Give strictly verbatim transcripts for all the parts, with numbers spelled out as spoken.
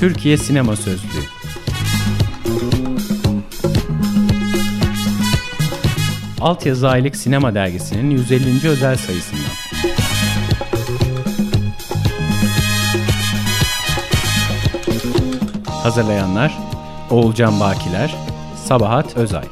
Türkiye Sinema Sözlüğü. Altyazı Aylık Sinema Dergisi'nin yüz ellinci özel sayısından. Hazırlayanlar Oğulcan Bakiler, Sabahat Özay.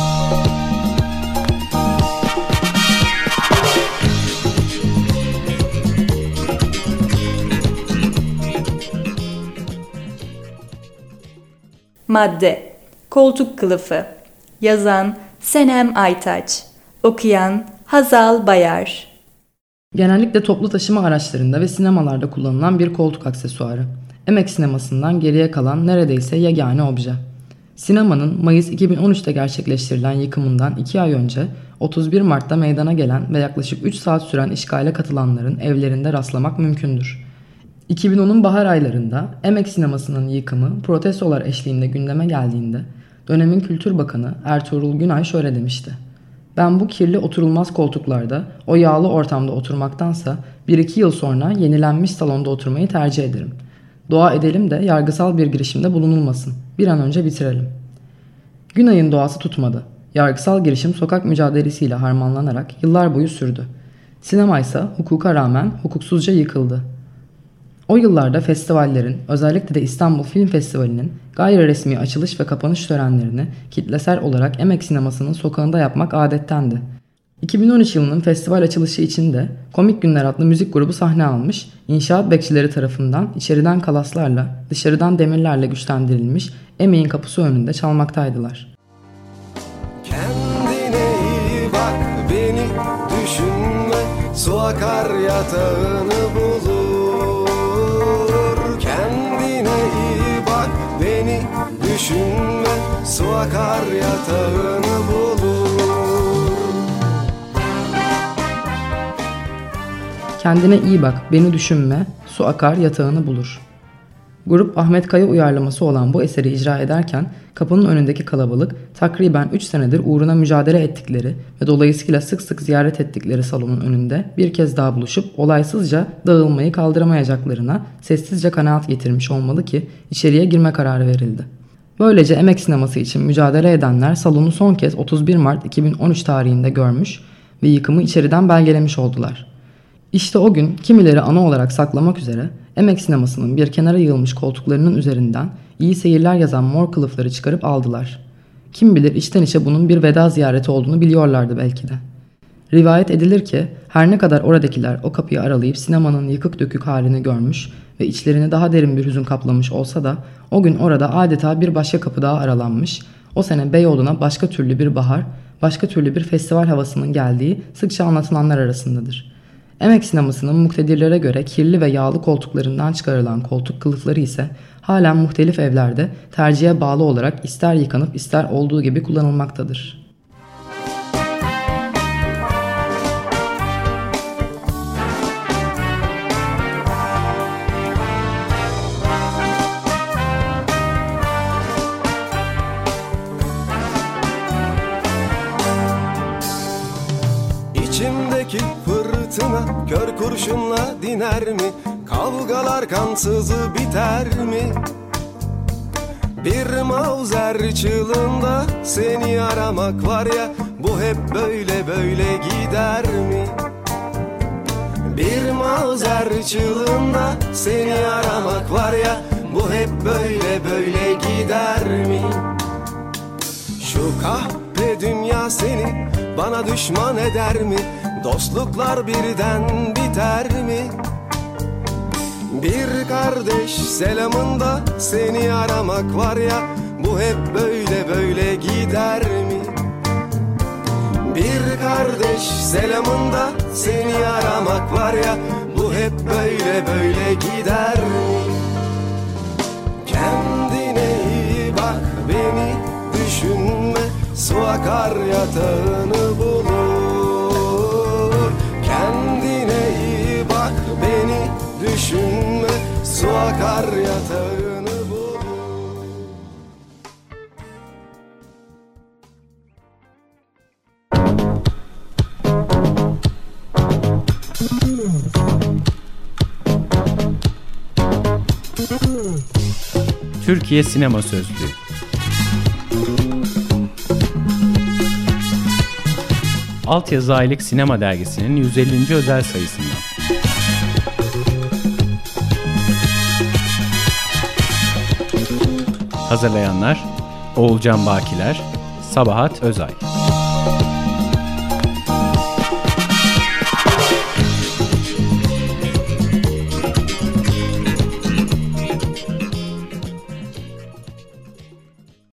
Madde Koltuk Kılıfı. Yazan Senem Aytaç. Okuyan Hazal Bayar. Genellikle toplu taşıma araçlarında ve sinemalarda kullanılan bir koltuk aksesuarı. Emek sinemasından geriye kalan neredeyse yegane obje. Sinemanın Mayıs iki bin on üçte gerçekleştirilen yıkımından iki ay önce otuz bir Mart'ta meydana gelen ve yaklaşık üç saat süren işgale katılanların evlerinde rastlamak mümkündür. iki bin onun bahar aylarında Emek sinemasının yıkımı protestolar eşliğinde gündeme geldiğinde dönemin Kültür Bakanı Ertuğrul Günay şöyle demişti: "Ben bu kirli oturulmaz koltuklarda, o yağlı ortamda oturmaktansa bir iki yıl sonra yenilenmiş salonda oturmayı tercih ederim. Dua edelim de yargısal bir girişimde bulunulmasın. Bir an önce bitirelim." Günay'ın doğası tutmadı. Yargısal girişim sokak mücadelesiyle harmanlanarak yıllar boyu sürdü. Sinema ise hukuka rağmen hukuksuzca yıkıldı. O yıllarda festivallerin, özellikle de İstanbul Film Festivali'nin gayri resmi açılış ve kapanış törenlerini kitlesel olarak Emek sinemasının sokağında yapmak adettendi. iki bin on üç yılının festival açılışı için de Komik Günler adlı müzik grubu sahne almış, inşaat bekçileri tarafından içeriden kalaslarla, dışarıdan demirlerle güçlendirilmiş Emek'in kapısı önünde çalmaktaydılar. Kendine iyi bak, beni düşünme, su akar yatağını bulur. Kendine iyi bak, beni düşünme, su akar yatağını bulur. Kendine iyi bak, beni düşünme, su akar yatağını bulur. Grup Ahmet Kaya uyarlaması olan bu eseri icra ederken kapının önündeki kalabalık takriben üç senedir uğruna mücadele ettikleri ve dolayısıyla sık sık ziyaret ettikleri salonun önünde bir kez daha buluşup olaysızca dağılmayı kaldıramayacaklarına sessizce kanaat getirmiş olmalı ki içeriye girme kararı verildi. Böylece Emek sineması için mücadele edenler salonu son kez otuz bir Mart iki bin on üç tarihinde görmüş ve yıkımı içeriden belgelemiş oldular. İşte o gün kimileri ana olarak saklamak üzere Emek sinemasının bir kenara yığılmış koltuklarının üzerinden iyi seyirler yazan mor kılıfları çıkarıp aldılar. Kim bilir içten içe bunun bir veda ziyareti olduğunu biliyorlardı belki de. Rivayet edilir ki her ne kadar oradakiler o kapıyı aralayıp sinemanın yıkık dökük halini görmüş ve içlerini daha derin bir hüzün kaplamış olsa da o gün orada adeta bir başka kapı daha aralanmış, o sene Beyoğlu'na başka türlü bir bahar, başka türlü bir festival havasının geldiği sıkça anlatılanlar arasındadır. Emek sinemasının muktedirlere göre kirli ve yağlı koltuklarından çıkarılan koltuk kılıfları ise halen muhtelif evlerde tercihe bağlı olarak ister yıkanıp ister olduğu gibi kullanılmaktadır. İçimdeki fırtına kör kurşunla diner mi? Kavgalar kansız biter mi? Bir mavzer çığlığında seni aramak var ya, bu hep böyle böyle gider mi? Bir mavzer çığlığında seni aramak var ya, bu hep böyle böyle gider mi? Şu kahpe dünya seni bana düşman eder mi? Dostluklar birden biter mi? Bir kardeş selamında seni aramak var ya, bu hep böyle böyle gider mi? Bir kardeş selamında seni aramak var ya, bu hep böyle böyle gider mi? Kendine iyi bak, beni düşünme, su akar yatağını bulur. Kendine iyi bak, beni düşünme, su akar yatağını bulur. Türkiye Sinema Sözlüğü. Altyazı Aylık Sinema Dergisi'nin yüz ellinci özel sayısından. Hazırlayanlar Oğulcan Bakiler, Sabahat Özay.